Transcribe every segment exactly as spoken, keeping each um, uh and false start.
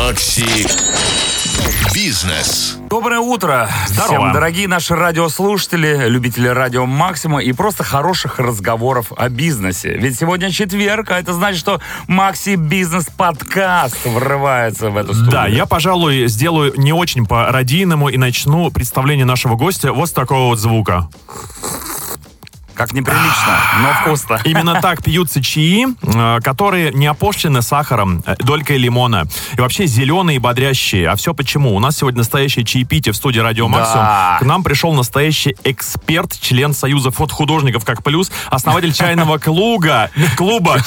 Макси Бизнес. Доброе утро. Здорово. Всем, дорогие наши радиослушатели, любители радио Максима и просто хороших разговоров о бизнесе. Ведь сегодня четверг, а это значит, что Макси Бизнес подкаст врывается в эту студию. Да, я, пожалуй, сделаю не очень по-радийному и начну представление нашего гостя вот с такого вот звука. Как неприлично, но вкусно. Именно так пьются чаи, которые не опошлены сахаром, долькой лимона. И вообще зеленые и бодрящие. А все почему? У нас сегодня настоящее чаепитие в студии Радио Максимум. Да. К нам пришел настоящий эксперт, член Союза фотохудожников как плюс, основатель чайного клуга, клуба.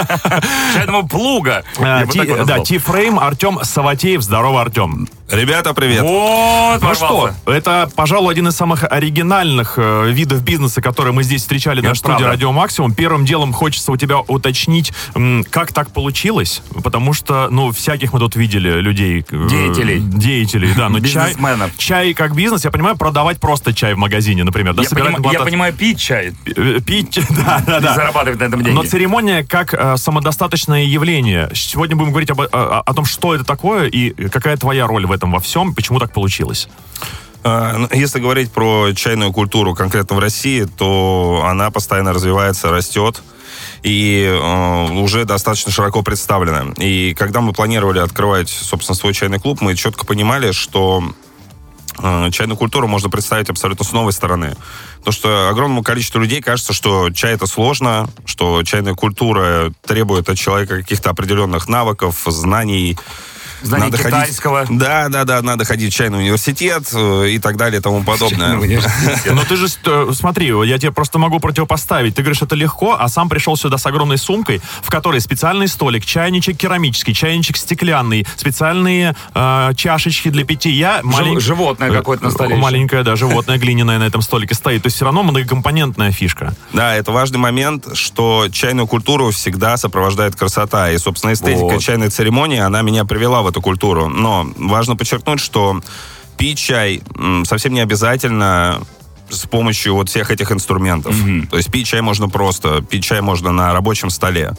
Чайного плуга. Да, Ти-фрейм Артем Саватеев. Здорово, Артем. Ребята, привет. Вот, Ну что, это, пожалуй, один из самых оригинальных э, видов бизнеса, которые мы здесь встречали на студии Радио Максимум. Первым делом хочется у тебя уточнить, м, как так получилось, потому что, ну, всяких мы тут видели людей. Э, Деятелей. Деятелей, да. Но чай, Бизнесменов. чай как бизнес, я понимаю, продавать просто чай в магазине, например. Да, Я, собирать поним- на я платах- понимаю, пить чай. Э, Пить, да, да, И да. зарабатывать на этом деньги. Но церемония как э, самодостаточное явление. Сегодня будем говорить об, о, о том, что это такое и какая твоя роль в этом во всем, почему так получилось. Если говорить про чайную культуру конкретно в России, то она постоянно развивается, растет и э, уже достаточно широко представлена. И когда мы планировали открывать, собственно, свой чайный клуб, мы четко понимали, что э, чайную культуру можно представить абсолютно с новой стороны. Потому что огромному количеству людей кажется, что чай это сложно, что чайная культура требует от человека каких-то определенных навыков, знаний. Знание Надо китайского. Ходить, да, да, да, надо ходить в чайный университет э, и так далее и тому подобное. Но ты же, э, смотри, я тебе просто могу противопоставить. Ты говоришь, это легко, а сам пришел сюда с огромной сумкой, в которой специальный столик, чайничек керамический, чайничек стеклянный, специальные э, чашечки для питья. Малень... Животное какое-то на столе. Маленькое, да, животное глиняное на этом столике стоит. То есть все равно многокомпонентная фишка. Да, это важный момент, что чайную культуру всегда сопровождает красота. И, собственно, эстетика Вот. чайной церемонии, она меня привела в эту культуру. Но важно подчеркнуть, что пить чай м, совсем не обязательно с помощью вот всех этих инструментов. Mm-hmm. То есть пить чай можно просто. Пить чай можно на рабочем столе.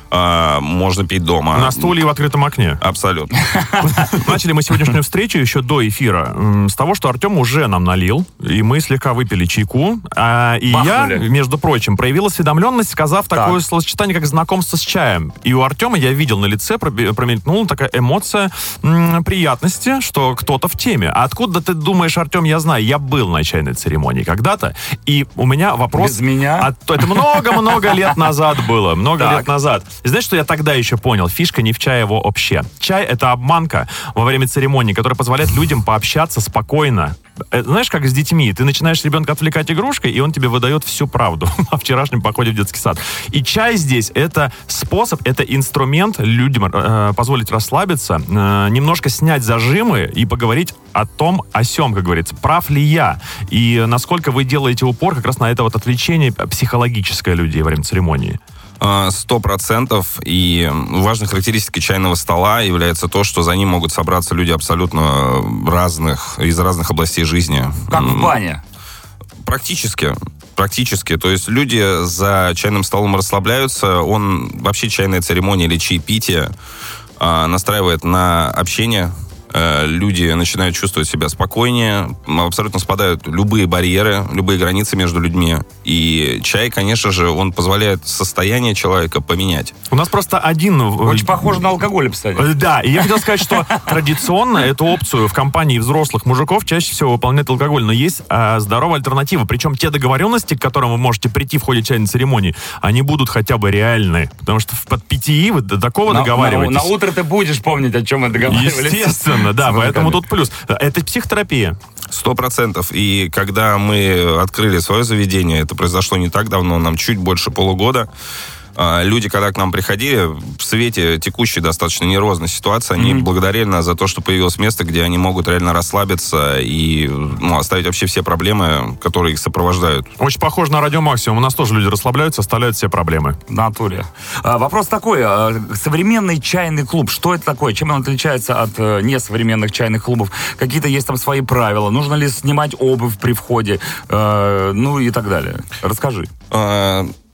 А, можно пить дома. На стуле и в открытом окне. Абсолютно. Начали мы сегодняшнюю встречу еще до эфира м, с того, что Артем уже нам налил, и мы слегка выпили чайку. А, и Бахнули. я, между прочим, проявил осведомленность, сказав Так. такое словосочетание, как знакомство с чаем. И у Артема я видел на лице, проби- промелькнула такая эмоция м, приятности, что кто-то в теме. А откуда ты думаешь, Артем, я знаю, я был на чайной церемонии когда-то, и у меня вопрос... Без меня? А то это много-много лет назад было, много Так. лет назад. И знаешь, что я тогда еще понял? Фишка не в чае вообще. Чай — это обманка во время церемонии, которая позволяет людям пообщаться спокойно. Э, Знаешь, как с детьми? Ты начинаешь ребенка отвлекать игрушкой, и он тебе выдает всю правду о вчерашнем походе в детский сад. И чай здесь — это способ, это инструмент людям э, позволить расслабиться, э, немножко снять зажимы и поговорить о том, о сём, как говорится. Прав ли я? И насколько вы делаете упор как раз на это вот отвлечение психологическое людей во время церемонии? Сто процентов. И важной характеристикой чайного стола является то, что за ним могут собраться люди абсолютно разных, из разных областей жизни. Как в бане. Практически. Практически. То есть люди за чайным столом расслабляются. Он вообще чайная церемония или чаепитие а, настраивает на общение. Люди начинают чувствовать себя спокойнее, абсолютно спадают любые барьеры, любые границы между людьми. И чай, конечно же, он позволяет состояние человека поменять. У нас просто один... Очень похоже на алкоголь, кстати. Да, и я хотел сказать, что традиционно эту опцию в компании взрослых мужиков чаще всего выполняет алкоголь, но есть а, здоровая альтернатива. Причем те договоренности, к которым вы можете прийти в ходе чайной церемонии, они будут хотя бы реальны. Потому что в под питьи вы до такого На, договариваетесь. на, на утро ты будешь помнить, о чем мы договаривались. Естественно, да, поэтому тут плюс. Это психотерапия. Сто процентов. И когда мы открыли свое заведение, это произошло не так давно, нам чуть больше полугода, люди, когда к нам приходили, в свете текущей достаточно нервозной ситуации, они mm-hmm. благодарили нас за то, что появилось место, где они могут реально расслабиться и ну, оставить вообще все проблемы, которые их сопровождают. Очень похоже на Радио Максимум. У нас тоже люди расслабляются, оставляют все проблемы. В натуре. А, вопрос такой. А, современный чайный клуб, что это такое? Чем он отличается от а, несовременных чайных клубов? Какие-то есть там свои правила? Нужно ли снимать обувь при входе? А, ну и так далее. Расскажи. А,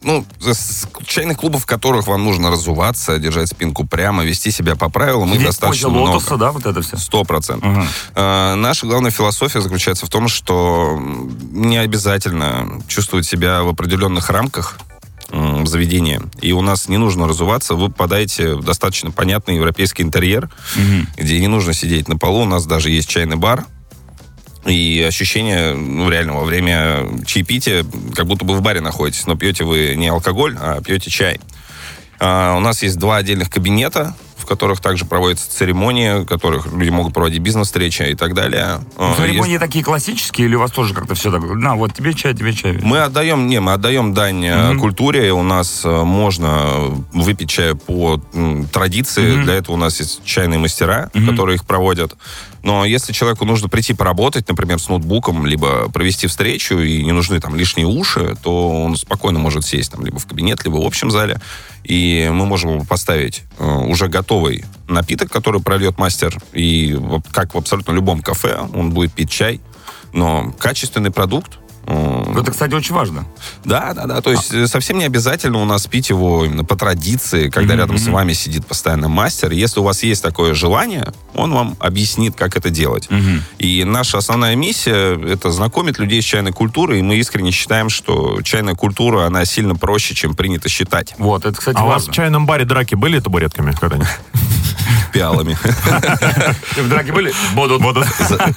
ну, чайных клубов, в которых вам нужно разуваться, держать спинку прямо, вести себя по правилам, их достаточно много. Лотоса, да, вот это все? Сто процентов. Угу. А, наша главная философия заключается в том, что не обязательно чувствовать себя в определенных рамках в заведении. И у нас не нужно разуваться, вы попадаете в достаточно понятный европейский интерьер, угу. где не нужно сидеть на полу. У нас даже есть чайный бар. И ощущение, ну, реально, во время чаепития, как будто бы в баре находитесь, но пьете вы не алкоголь, а пьете чай. А, у нас есть два отдельных кабинета, в которых также проводятся церемонии, в которых люди могут проводить бизнес-встречи и так далее. Церемонии есть... такие классические, или у вас тоже как-то все так? На, вот тебе чай, тебе чай. Мы отдаем, не, мы отдаем дань mm-hmm. культуре. У нас можно выпить чай по м, традиции. Mm-hmm. Для этого у нас есть чайные мастера, mm-hmm. которые их проводят. Но если человеку нужно прийти поработать, например, с ноутбуком, либо провести встречу, и не нужны там лишние уши, то он спокойно может сесть там либо в кабинет, либо в общем зале, и мы можем ему поставить э, уже готовый напиток, который прольет мастер, и как в абсолютно любом кафе он будет пить чай, но качественный продукт. Это, кстати, очень важно. Да, да, да. То есть а. совсем не обязательно у нас пить его именно по традиции, когда mm-hmm. рядом с вами сидит постоянно мастер. Если у вас есть такое желание, он вам объяснит, как это делать. Mm-hmm. И наша основная миссия — это знакомить людей с чайной культурой, и мы искренне считаем, что чайная культура, она сильно проще, чем принято считать. Вот, это, кстати, а важно. у вас в чайном баре драки были табуретками когда-нибудь? Пиалами. В драке были? Будут. Будут.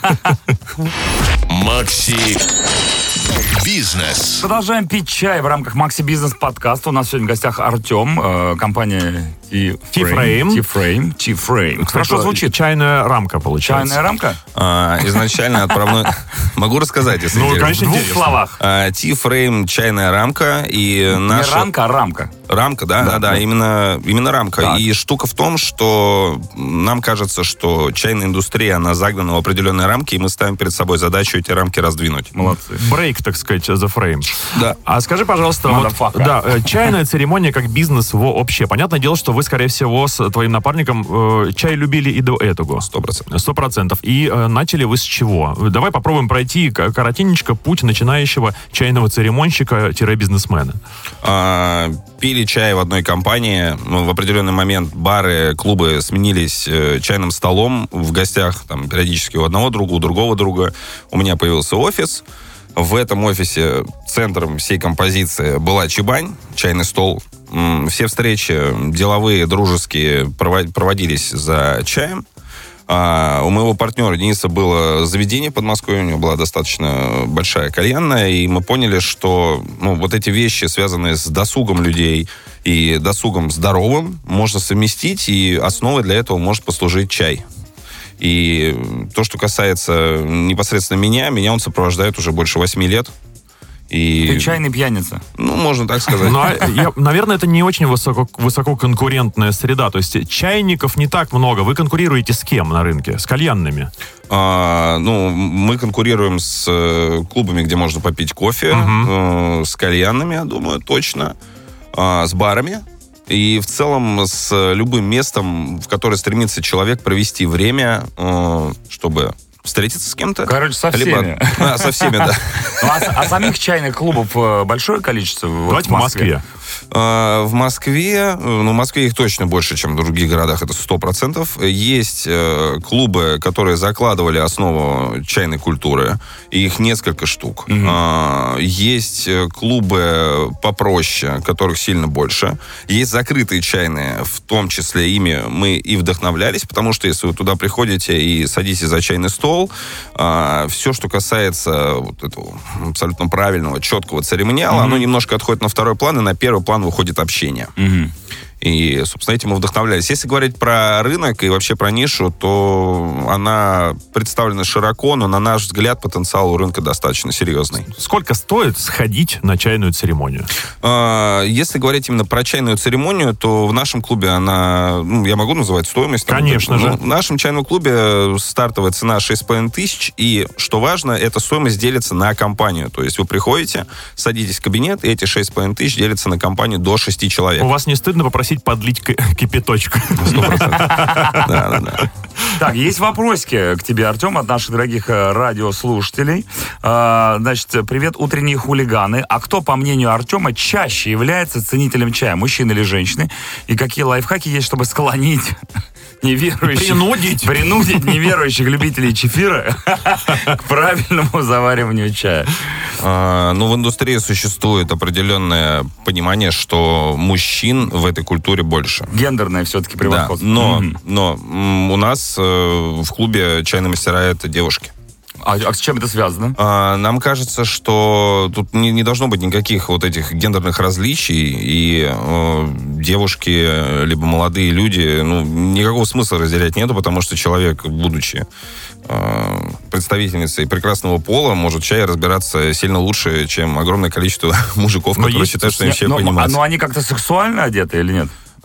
Макси Бизнес. Продолжаем пить чай в рамках Макси Бизнес подкаста. У нас сегодня в гостях Артем, э, компания T-Frame. T-Frame. T-Frame. Хорошо звучит. Чайная рамка, получается. Чайная рамка? А, изначально отправной... Могу рассказать, если Ну, конечно, в двух словах. А, T-Frame чайная рамка и наша... Не рамка, а рамка. Рамка, да, да, да, да, именно, именно рамка. Так. И штука в том, что нам кажется, что чайная индустрия, она загнана в определенные рамки, и мы ставим перед собой задачу эти рамки раздвинуть. Молодцы. Брейк, так сказать, the frame. Да. А скажи, пожалуйста, вот, да, чайная церемония как бизнес вообще. Понятное дело, что вы, скорее всего, с твоим напарником э, чай любили и до этого. Сто процентов. Сто процентов. И э, начали вы с чего? Давай попробуем пройти коротенечко путь начинающего чайного церемонщика-бизнесмена. А, пили чай в одной компании. Ну, в определенный момент бары, клубы сменились э, чайным столом в гостях, там, периодически у одного друга, у другого друга. У меня появился офис. В этом офисе центром всей композиции была чибань, чайный стол. Все встречи деловые, дружеские проводились за чаем. А у моего партнера Дениса было заведение в Подмосковье, у него была достаточно большая кальянная, и мы поняли, что ну, вот эти вещи, связанные с досугом людей и досугом здоровым, можно совместить, и основой для этого может послужить чай. И то, что касается непосредственно меня, меня он сопровождает уже больше восьми лет. И... Ты чайный пьяница. Ну, можно так сказать. Но, я, наверное, это не очень высоко, высококонкурентная среда. То есть чайников не так много. Вы конкурируете с кем на рынке? С кальянными? А, ну, мы конкурируем с э, клубами, где можно попить кофе, uh-huh. э, с кальянными, я думаю, точно, э, с барами. И в целом с любым местом, в которое стремится человек провести время, э, чтобы встретиться с кем-то. Короче, со всеми. Либо, а, со всеми, да. Ну, а, а самих чайных клубов большое количество Давайте в Москве? Uh, в Москве, ну, в Москве их точно больше, чем в других городах, это сто процентов. Есть uh, клубы, которые закладывали основу чайной культуры, и их несколько штук. Mm-hmm. Uh, есть клубы попроще, которых сильно больше. Есть закрытые чайные, в том числе ими мы и вдохновлялись, потому что если вы туда приходите и садитесь за чайный стол, uh, все, что касается вот этого абсолютно правильного, четкого церемониала, mm-hmm. оно немножко отходит на второй план, и на первый план выходит общение. Mm-hmm. И, собственно, этим мы вдохновлялись. Если говорить про рынок и вообще про нишу, то она представлена широко, но, на наш взгляд, потенциал у рынка достаточно серьезный. Сколько стоит сходить на чайную церемонию? Если говорить именно про чайную церемонию, то в нашем клубе она... Ну, я могу называть стоимость? Конечно там, же. Ну, в нашем чайном клубе стартовая цена шесть с половиной тысяч, и, что важно, эта стоимость делится на компанию. То есть вы приходите, садитесь в кабинет, и эти шесть с половиной тысяч делятся на компанию до шести человек. У вас не стыдно попросить подлить кипяточку? Сто процентов. Да, да, да. Так, есть вопросики к тебе, Артем, от наших дорогих э, радиослушателей. Э, значит, привет, утренние хулиганы. А кто, по мнению Артема, чаще является ценителем чая, мужчины или женщины? И какие лайфхаки есть, чтобы склонить неверующих... Принудить. Принудить неверующих любителей чефира к правильному завариванию чая? А, ну, в индустрии существует определенное понимание, что мужчин в этой культуре больше. Гендерное все-таки Да, превосходство. но, Мгм. но м, у нас э, в клубе чайные мастера — это девушки. А, а с чем это связано? А, нам кажется, что тут не, не должно быть никаких вот этих гендерных различий, и э, девушки, либо молодые люди, ну, никакого смысла разделять нету, потому что человек, будучи э, представительницей прекрасного пола, может чай разбираться сильно лучше, чем огромное количество мужиков, Но которые есть- считают, что они Не, чай но, понимают. но они как-то сексуально одеты или нет?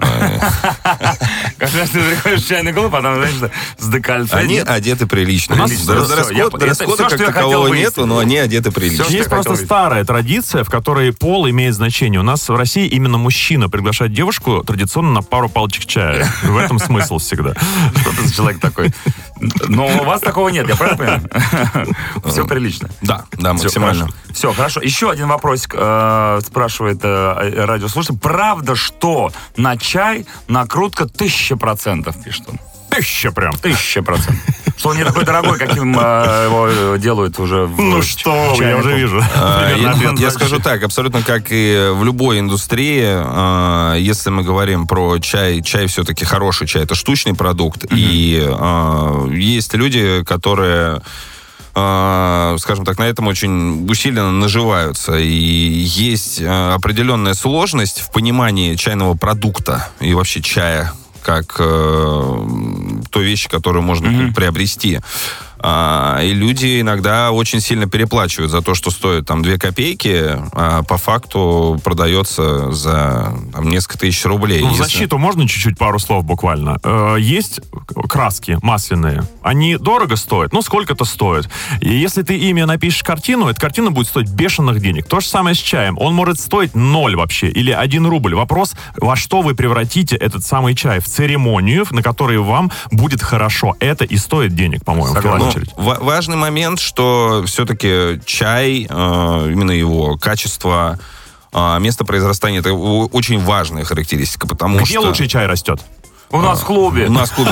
Как раз ты приходишь в чайный клуб, а там, знаешь, с декольте. Они Нет? одеты прилично. У нас всё, Дресс-код- я- это Дресс-кода всё, как что я хотел такового выяснить. нету, но они одеты прилично. Всё, что Есть я просто хотел старая традиция, в которой пол имеет значение. У нас в России именно мужчина приглашает девушку традиционно на пару палочек чая. В этом смысл всегда. Что ты за человек такой? Но у вас такого нет, я правильно понимаю? Все прилично. Да, да, Все максимально. хорошо. Все, хорошо. Еще один вопросик э, спрашивает э, радиослушатель. Правда, что на чай накрутка тысяча процентов, пишет он? Тысяча прям. Тысяча процентов. Что он не такой дорогой, каким э, его делают уже в Ну что вы, я чайном уже клубе. вижу. А, Примерно Я, ответ я дальше. скажу так, абсолютно как и в любой индустрии, а, если мы говорим про чай, чай все-таки хороший чай, это штучный продукт, и а, есть люди, которые, а, скажем так, на этом очень усиленно наживаются, и есть а, определенная сложность в понимании чайного продукта и вообще чая как э, той вещи, которую можно Мгм. приобрести. А, и люди иногда очень сильно переплачивают за то, что стоит там две копейки, а по факту продается за там, несколько тысяч рублей. Ну, в Если- защиту можно чуть-чуть пару слов буквально? Э, Есть краски масляные. Они дорого стоят, ну, сколько-то стоят. И если ты ими напишешь картину, эта картина будет стоить бешеных денег. То же самое с чаем. Он может стоить ноль вообще или один рубль. Вопрос, во что вы превратите этот самый чай? В церемонию, на которой вам будет хорошо. Это и стоит денег, по-моему, в первую Ну, очередь. ва- важный момент, что все-таки чай, э, именно его качество, э, место произрастания, это о- очень важная характеристика, потому Где что... лучший чай растет? У нас в клубе. У нас в клубе,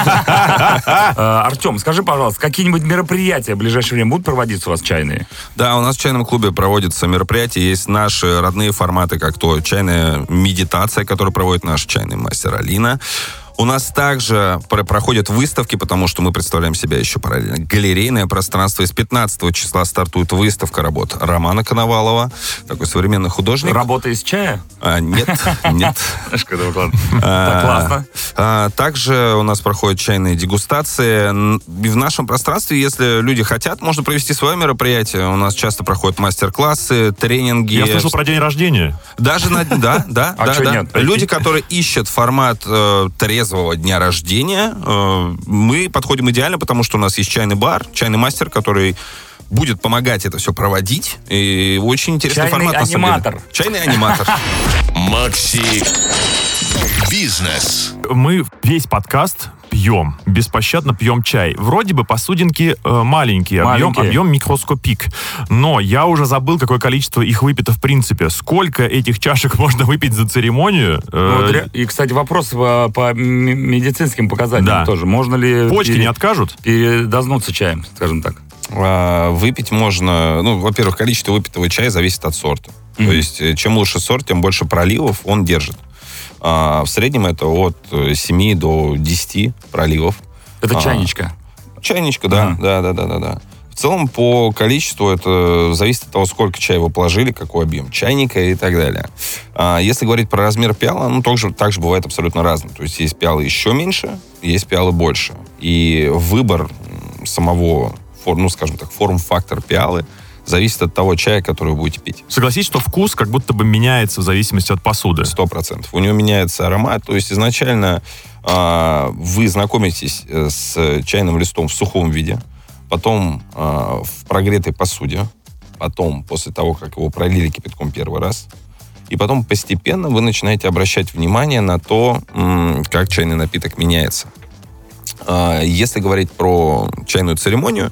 да. Э, Артем, скажи, пожалуйста, какие-нибудь мероприятия в ближайшее время будут проводиться у вас чайные? Да, у нас в чайном клубе проводятся мероприятия, есть наши родные форматы, как то чайная медитация, которую проводит наш чайный мастер Алина. У нас также про- проходят выставки, потому что мы представляем себя еще параллельно. Галерейное пространство. Из пятнадцатого числа стартует выставка работ Романа Коновалова, такой современный художник. Работа из чая? А, нет, нет. Знаешь, когда выкладывают. А, Так, классно. а, Также у нас проходят чайные дегустации. Н- и в нашем пространстве, если люди хотят, можно провести свое мероприятие. У нас часто проходят мастер-классы, тренинги. Я слышал про день рождения. Даже на... Да, да, А да, чё да. нет? Люди, которые ищут формат э, трезвого дня рождения, э, мы подходим идеально, потому что у нас есть чайный бар, чайный мастер, который будет помогать это все проводить. И очень интересный Чайный формат, на самом деле. аниматор. Чайный аниматор. Макси Бизнес. Мы весь подкаст пьем, беспощадно пьем чай. Вроде бы посудинки э, маленькие, объем, Маленькие. объем микроскопик. Но я уже забыл, какое количество их выпито в принципе. Сколько этих чашек можно выпить за церемонию? Ну, Э, вот ре- И, кстати, вопрос по, по м- медицинским показателям Да. тоже. Можно ли Почки пере- не откажут? передознуться чаем, скажем так? А, Выпить можно... Ну, во-первых, количество выпитого чая зависит от сорта. То есть, э, чем лучше сорт, тем больше проливов он держит. А, в среднем это от э, семи до десяти проливов. Это А. чайничка. Чайничка, да, Ага. да, да, да, да, да. В целом, по количеству это зависит от того, сколько чая вы положили, какой объем чайника и так далее. А если говорить про размер пиала, ну, также, также бывает абсолютно разный. То есть есть пиалы еще меньше, есть пиалы больше. И выбор м, самого, фор- ну, скажем так, форм-фактор пиалы зависит от того чая, который вы будете пить. Согласитесь, что вкус как будто бы меняется в зависимости от посуды. Сто процентов. У него меняется аромат. То есть изначально а, вы знакомитесь э, с чайным листом в сухом виде, потом а, в прогретой посуде, потом после того, как его пролили кипятком первый раз, и потом постепенно вы начинаете обращать внимание на то, м, как чайный напиток меняется. Если говорить про чайную церемонию,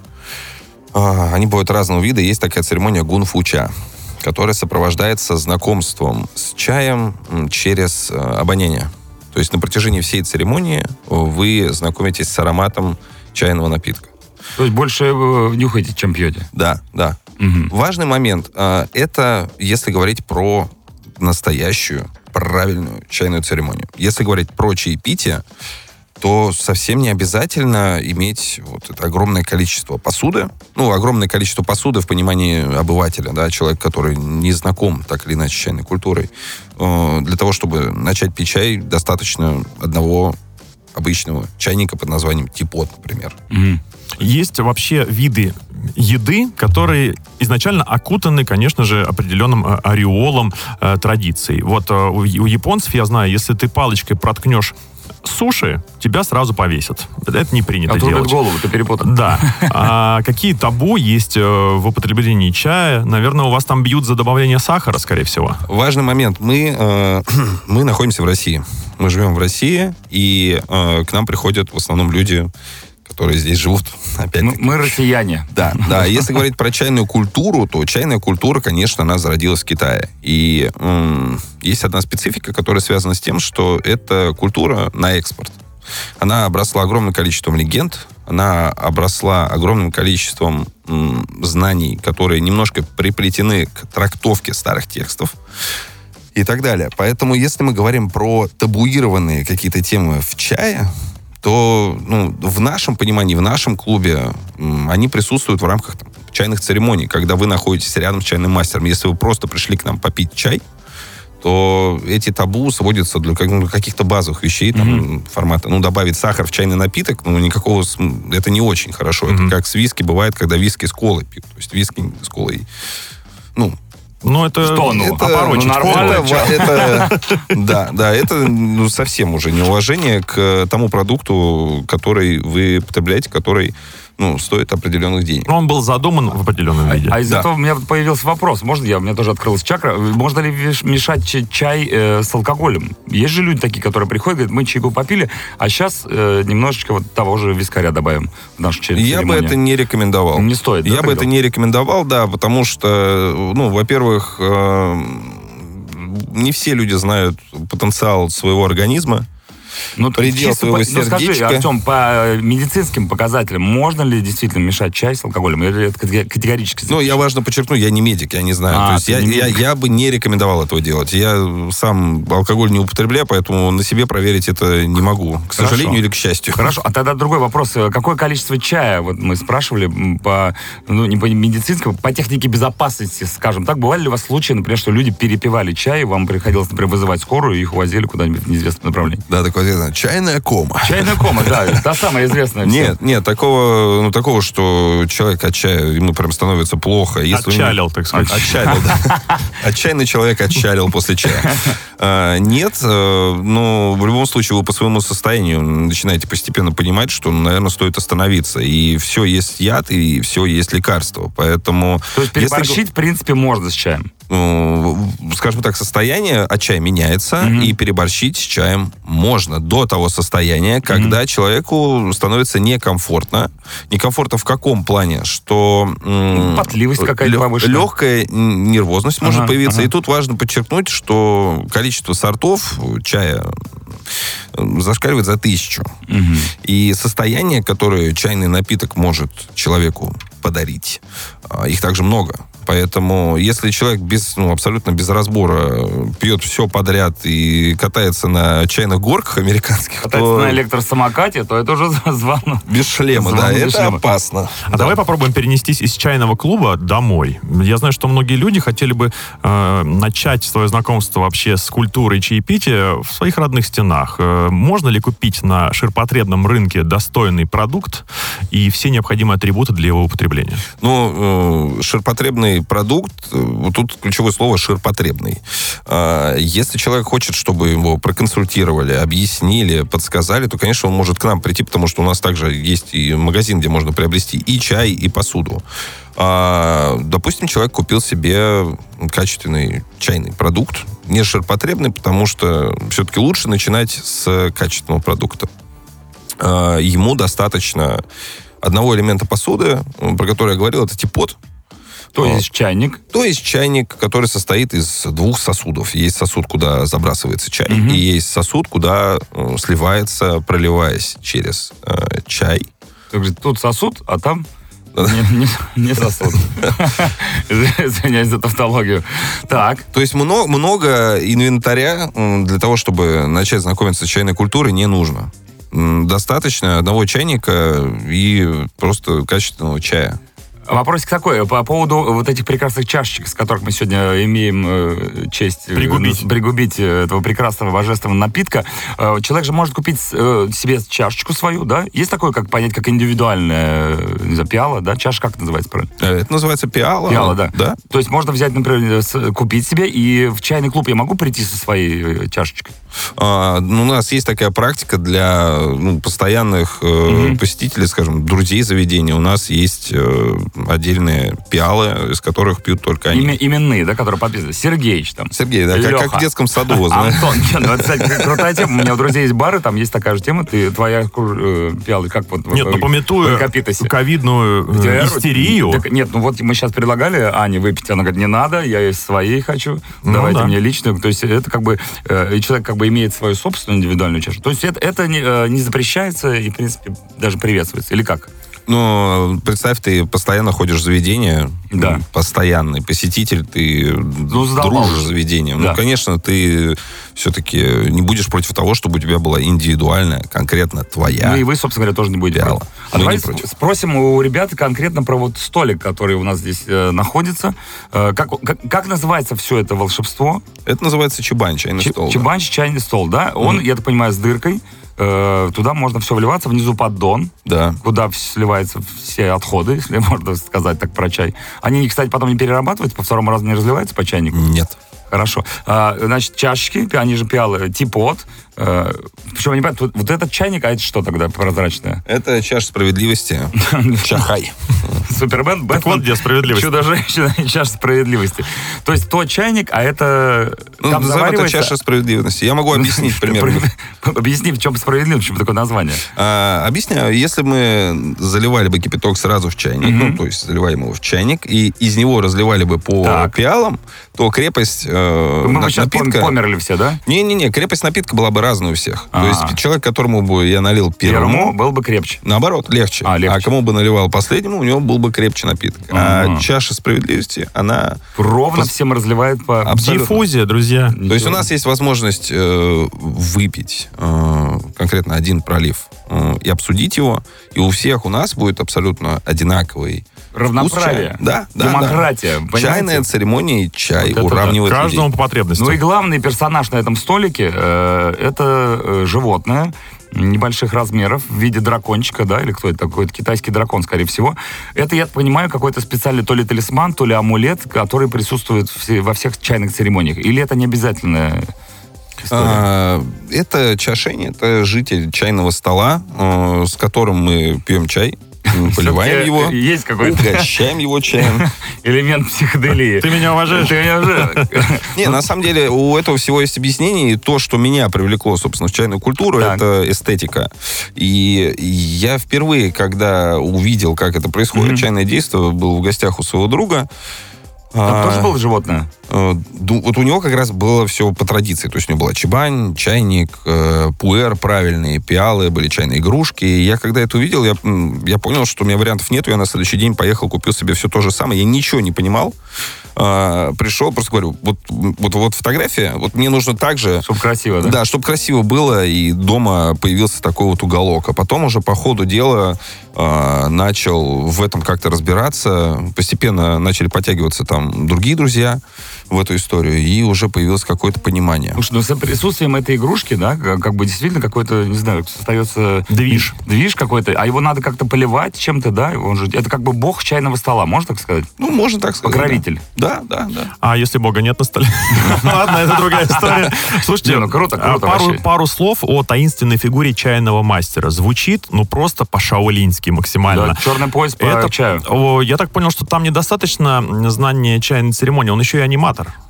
они бывают разного вида. Есть такая церемония гунфу-ча, которая сопровождается знакомством с чаем через обоняние. То есть на протяжении всей церемонии вы знакомитесь с ароматом чайного напитка. То есть больше нюхаете, чем пьете? Да, да. Угу. Важный момент. Это если говорить про настоящую, правильную чайную церемонию. Если говорить про чаепитие, то совсем не обязательно иметь вот это огромное количество посуды. Ну, огромное количество посуды в понимании обывателя, да, человек, который не знаком так или иначе с чайной культурой. Для того, чтобы начать пить чай, достаточно одного обычного чайника под названием типот, например. Mm. Есть вообще виды еды, которые изначально окутаны, конечно же, определенным э, ореолом э, традиций. Вот э, у, у японцев, я знаю, если ты палочкой проткнешь суши, тебя сразу повесят. Это не принято Отрубят делать. голову, ты перепутал. Да. А какие табу есть э, в употреблении чая? Наверное, у вас там бьют за добавление сахара, скорее всего. Важный момент. Мы, э, мы находимся в России. Мы живем в России, и э, к нам приходят в основном люди, которые здесь живут, опять-таки. Мы, мы россияне. Да, да. Если говорить про чайную культуру, то чайная культура, конечно, она зародилась в Китае. И м- есть одна специфика, которая связана с тем, что это культура на экспорт. Она обросла огромным количеством легенд, она обросла огромным количеством м- знаний, которые немножко приплетены к трактовке старых текстов и так далее. Поэтому, если мы говорим про табуированные какие-то темы в чае, то ну, в нашем понимании, в нашем клубе м, они присутствуют в рамках там, чайных церемоний, когда вы находитесь рядом с чайным мастером. Если вы просто пришли к нам попить чай, то эти табу сводятся для ну, каких-то базовых вещей, там, mm-hmm. формата. Ну, добавить сахар в чайный напиток, ну, никакого... Это не очень хорошо. Mm-hmm. Это как с виски бывает, когда виски с колой пьют. То есть виски с колой... Ну, Ну, это, Что, ну, это, опорочить ну, нормально. это, это, да, да, это ну, совсем уже неуважение к тому продукту, который вы потребляете, который ну, стоит определенных денег. Он был задуман в определенном виде. А из-за Да. этого у меня появился вопрос. Можно я? У меня тоже открылась чакра. Можно ли виш- мешать ч- чай э, с алкоголем? Есть же люди такие, которые приходят, говорят, мы чайку попили, а сейчас э, немножечко вот того же вискаря добавим в нашу чайную Я бы церемонию. это не рекомендовал. Не стоит, да, Я бы тогда? это не рекомендовал, да, потому что, ну, во-первых, э, не все люди знают потенциал своего организма. Ну, предел чисто своего по- ну, скажи, сердечка. Артем, по медицинским показателям можно ли действительно мешать чай с алкоголем? Или это катего- категорически? Ну, я важно подчеркну, я не медик, я не знаю. А, То есть ты я, не я, медик. я бы не рекомендовал этого делать. Я сам алкоголь не употребляю, поэтому на себе проверить это не могу. К Хорошо. сожалению или к счастью. Хорошо, а тогда другой вопрос. Какое количество чая, вот мы спрашивали, м, по, ну, не по медицинскому, по технике безопасности, скажем так, бывали ли у вас случаи, например, что люди перепивали чай, и вам приходилось, например, вызывать скорую, и их увозили куда-нибудь в неизвестном направлении? Да, такое известно. Чайная кома. Чайная кома, да, та самая известная. всем. Нет, нет, такого, ну, такого, что человек от чая, ему прям становится плохо. Если у него- Отчалил, так сказать. Отчалил, да. Отчаянный человек отчалил после чая. А, Нет, э, но в любом случае вы по своему состоянию начинаете постепенно понимать, что, ну, наверное, стоит остановиться. И все есть яд, и все есть лекарство. Поэтому... То есть если переборщить, в принципе, можно с чаем. ну, скажем так, состояние от чая меняется, Мгм. и переборщить с чаем можно до того состояния, когда человеку становится некомфортно. Некомфортно в каком плане? Что м, Потливость какая-то лё- повышенная. легкая м, нервозность может Ага, появиться. ага. И тут важно подчеркнуть, что количество сортов чая м, зашкаливает за тысячу. Мгм. И состояние, которое чайный напиток может человеку подарить, а, их также много. Поэтому, если человек без, ну, абсолютно без разбора пьет все подряд и катается на чайных горках американских, Кататься то на электросамокате, то это уже звонок. без шлема, Звон да, без это шлема. опасно. А Да. давай попробуем перенестись из чайного клуба домой. Я знаю, что многие люди хотели бы э, начать свое знакомство вообще с культурой чаепития в своих родных стенах. Э, можно ли купить на ширпотребном рынке достойный продукт и все необходимые атрибуты для его употребления? Ну, э, ширпотребный продукт, э, вот тут ключевое слово ширпотребный. А, Если человек хочет, чтобы его проконсультировали, объяснили, подсказали, то, конечно, он может к нам прийти, потому что у нас также есть и магазин, где можно приобрести и чай, и посуду. А, допустим, человек купил себе качественный чайный продукт, не ширпотребный, потому что все-таки лучше начинать с качественного продукта. э, ему достаточно одного элемента посуды, про который я говорил, это типот. То есть чайник. То есть чайник, который состоит из двух сосудов. Есть сосуд, куда забрасывается чай, Мгм. и есть сосуд, куда э, сливается, проливаясь через э, чай. То есть тут сосуд, а там не, не- не сосуд. Извиняюсь за тавтологию. Так. То есть много, много инвентаря м, для того, чтобы начать знакомиться с чайной культурой, не нужно. М, Достаточно одного чайника и просто качественного чая. Вопросик такой, по поводу вот этих прекрасных чашечек, с которых мы сегодня имеем э, честь э, Пригубить. пригубить э, этого прекрасного божественного напитка. Э, человек же может купить э, себе чашечку свою, да? Есть такое, как понять, как индивидуальная, э, не знаю, пиала, да? Чаша как это называется правильно? Э, Это называется пиала. Пиала, да. Да. То есть можно взять, например, с- купить себе, и в чайный клуб я могу прийти со своей э, чашечкой? А, ну, у нас есть такая практика для ну, постоянных э, посетителей, скажем, друзей заведения. У нас есть э, отдельные пиалы, из которых пьют только они. Име- именные, да, которые подписаны. Сергеич там. Сергей, да, как, Леха. как в детском саду. вот, знаешь. Антон, не, ну это, кстати, как крутая тема. У меня у друзей есть бары, там есть такая же тема. Ты, твоя круж- э, пиала, как вот... Нет, в- ну, в пометуя Капитосе. ковидную э, Тебя- истерию, Так, нет, ну вот мы сейчас предлагали Ане выпить, она говорит, не надо, я из своей хочу, Ну давайте да. мне личную. То есть это как бы, э, и человек как бы имеет свою собственную индивидуальную чашу. То есть это, это не, э, не запрещается и, в принципе, даже приветствуется. Или как? Ну, представь, ты постоянно ходишь в заведение, Да. м, постоянный посетитель, ты задолбался. дружишь с заведением. Да. Ну, конечно, ты все-таки не будешь против того, чтобы у тебя была индивидуальная, конкретно твоя. Ну и вы, собственно говоря, тоже не будете Пиала. против. А Мы не давайте против. спросим у ребят конкретно про вот столик, который у нас здесь э, находится. Э, как, как, как называется все это волшебство? Это называется чебань, чайный Чи- стол. да. Чебанч, чайный стол, да? Он, я так понимаю, с дыркой. Э, туда можно все вливаться. Внизу поддон, Да. куда в- сливаются все отходы, если можно сказать так про чай. Они, кстати, потом не перерабатываются, по второму разу не разливаются по чайнику? Нет. Хорошо. А, значит, чашечки, они же пиалы, типот. Э, причем, я не понимаю, вот, вот этот чайник, а это что тогда прозрачное? Это чаша справедливости. Чахай. Супермен, Так вот где справедливость. Чудо-женщина и чаша справедливости. То есть то чайник, а это... Ну, там назовем это заваривается... чаша справедливости. Я могу объяснить примерно. Объясни, в чем справедливость, почему такое название. А, объясняю, если мы заливали бы кипяток сразу в чайник, ну, то есть заливаем его в чайник, и из него разливали бы по Так. пиалам, то крепость э, Мы на- бы сейчас напитка... померли все, да? Не-не-не, крепость напитка была бы разная у всех. А. То есть человек, которому бы я налил первому, Первому был бы крепче. наоборот, легче. А, легче. кому бы наливал последнему, у него был бы крепче напиток. Ага. А чаша справедливости, она... Ровно Пос- всем разливает по... Абсолютно. диффузия, друзья. То есть у нас есть возможность э, выпить э, конкретно один пролив э, и обсудить его, и у всех у нас будет абсолютно одинаковый Равноправие. вкус чая. Да, да, Демократия. да. понимаете? Чайная церемония и чай Вот это уравнивает Каждому людей. по потребностям. Ну и главный персонаж на этом столике э, это э, животное небольших размеров в виде дракончика, да, или кто это такой? Это китайский дракон, скорее всего. Это, я понимаю, какой-то специальный то ли талисман, то ли амулет, который присутствует все- во всех чайных церемониях. Или это не обязательная история? А, это чашень, это житель чайного стола, э, с которым мы пьем чай, м, поливаем Всё-таки его, есть какой-то угощаем его чаем. элемент психоделии. Ты меня уважаешь? Ты меня уже... Не, на самом деле у этого всего есть объяснение, и то, что меня привлекло, собственно, в чайную культуру, Так. это эстетика. И я впервые, когда увидел, как это происходит, Мгм. чайное действие, был в гостях у своего друга. Там А, тоже было животное? э, ду- Вот у него как раз было все по традиции. То есть у него была чебань, чайник, э, пуэр правильные, пиалы, были чайные игрушки. И я когда это увидел, я, м, я понял, что у меня вариантов нет. Я на следующий день поехал, купил себе все то же самое. Я ничего не понимал. А, пришел, просто говорю, вот, вот, вот фотография, вот мне нужно так же... Чтобы красиво, да? Да, чтобы красиво было, и дома появился такой вот уголок. А потом уже по ходу дела э, начал в этом как-то разбираться. Постепенно начали подтягиваться там другие друзья в эту историю, и уже появилось какое-то понимание. Слушай, ну с присутствием этой игрушки, да, как как бы действительно какой-то, не знаю, остается... Движ. Движ какой-то, а его надо как-то поливать чем-то, да? Он же, это как бы бог чайного стола, можно так сказать? Ну, можно так сказать. Покровитель. Да, да, да. А если бога нет на столе? Ладно, это другая история. Слушайте, Не, ну круто, а, круто пару, вообще. пару слов о таинственной фигуре чайного мастера. Звучит, ну, просто по-шаолински максимально. Да, черный пояс по Это, чаю. о, я так понял, что там недостаточно знания чайной церемонии, он еще и аниматор.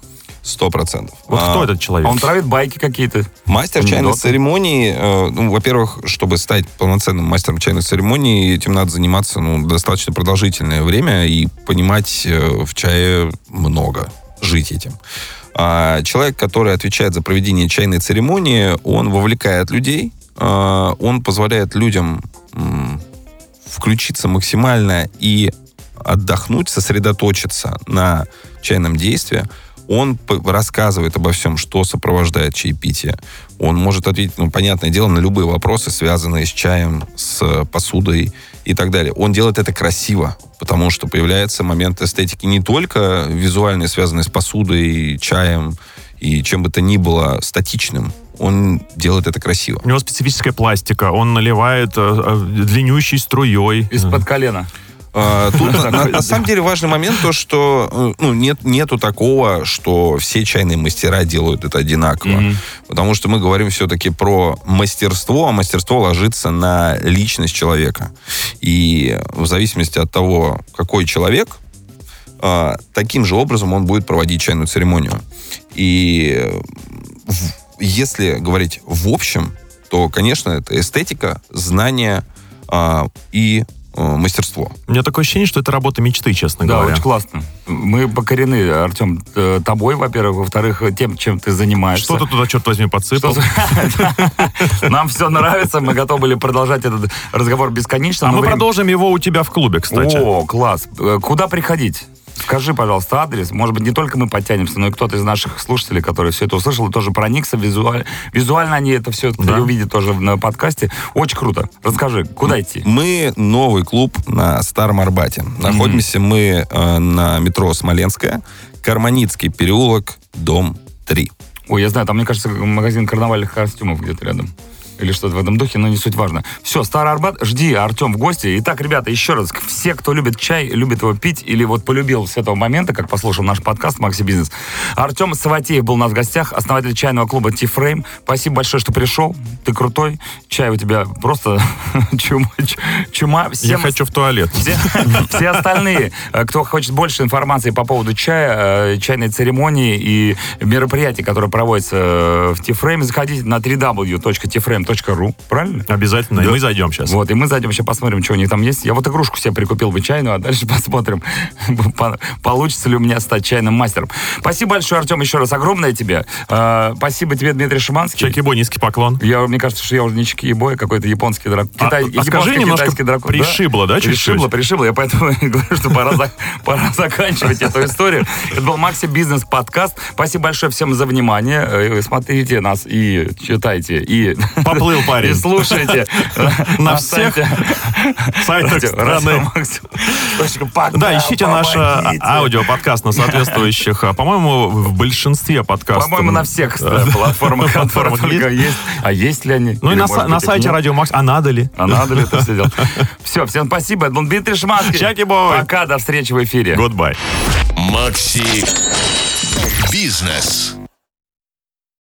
Сто процентов. Вот А, кто этот человек? Он травит байки какие-то. Мастер чайных Анекдоты. церемоний, э, ну, во-первых, чтобы стать полноценным мастером чайных церемоний, этим надо заниматься ну, достаточно продолжительное время и понимать э, в чае много, жить этим. А человек, который отвечает за проведение чайной церемонии, он вовлекает людей, э, он позволяет людям м, включиться максимально и отдохнуть, сосредоточиться на чайном действии. Он п- рассказывает обо всем, что сопровождает чаепитие. Он может ответить, ну, понятное дело, на любые вопросы, связанные с чаем, с посудой и так далее. Он делает это красиво, потому что появляется момент эстетики не только визуальный, связанный с посудой, чаем и чем бы то ни было статичным. Он делает это красиво. У него специфическая пластика, он наливает э, э, длиннющей струей. Из-под колена. А, Тут на, на самом деле важный момент то, что э, ну, нет, нету такого, что все чайные мастера делают это одинаково. Мгм. Потому что мы говорим все-таки про мастерство, а мастерство ложится на личность человека. И в зависимости от того, какой человек, э, таким же образом он будет проводить чайную церемонию. И в- если говорить в общем, то, конечно, это эстетика, знание э, и э, мастерство. У меня такое ощущение, что это работа мечты, честно Да, говоря. очень классно. Мы покорены, Артем, э, тобой, во-первых, во-вторых, тем, чем ты занимаешься. Что ты туда, черт возьми, подсыпал? Что- Нам все нравится, мы готовы были продолжать этот разговор бесконечно. А но мы время- продолжим его у тебя в клубе, кстати. О, класс. Э, Куда приходить? Скажи, пожалуйста, адрес. Может быть, не только мы подтянемся, но и кто-то из наших слушателей, который все это услышал и тоже проникся визуально. Визуально они это все Да. увидят тоже на подкасте. Очень круто. Расскажи, куда идти? Мы новый клуб на Старом Арбате. Находимся мы э, на метро Смоленская, Карманицкий переулок, дом три. Ой, я знаю, там, мне кажется, магазин карнавальных костюмов где-то рядом. Или что-то в этом духе, но не суть важно. Все, Старый Арбат, жди, Артем в гости. Итак, ребята, еще раз, все, кто любит чай, любит его пить, или вот полюбил с этого момента, как послушал наш подкаст «Макси Бизнес». Артем Саватеев был у нас в гостях, основатель чайного клуба T-Frame. Спасибо большое, что пришел. Ты крутой. Чай у тебя просто чума. чума. Я Всем хочу в туалет. все, все остальные, э, кто хочет больше информации по поводу чая, э, чайной церемонии и мероприятий, которые проводятся э, в T-Frame, заходите на дабл ю дабл ю дабл ю точка ти фрейм точка ру, правильно? Обязательно. И Да. мы зайдем сейчас. Вот, и мы зайдем, сейчас посмотрим, что у них там есть. Я вот игрушку себе прикупил бы чайную, а дальше посмотрим, по- получится ли у меня стать чайным мастером. Спасибо большое, Артем, еще раз огромное тебе. Э, Спасибо тебе, Дмитрий Шиманский. Чаки-бой, низкий поклон. Я, мне кажется, что я уже не чики-бой, а какой-то японский дракон. А- а скажи, немножко пришибло, да, чуть-чуть? Пришибло, пришибло. Я поэтому и говорю, что пора, за- пора заканчивать эту историю. Это был Макси Бизнес подкаст. Спасибо большое всем за внимание. Э, Смотрите нас и читайте, и... Поплыл парень. И слушайте. На всех сайтах страны. Да, ищите наш а, аудиоподкаст на соответствующих, а, по-моему, в большинстве подкастов. По-моему, на всех Да. платформах, которые Платформах только есть. есть. А есть ли они? Ну и Или, на, может са- на быть, их сайте нет? Радио Макс. А надо ли? А надо ли это все делать? Все, всем спасибо. Это был Дмитрий Шиманский. Чаки-бой. Пока, до встречи в эфире. Goodbye. Макси Бизнес.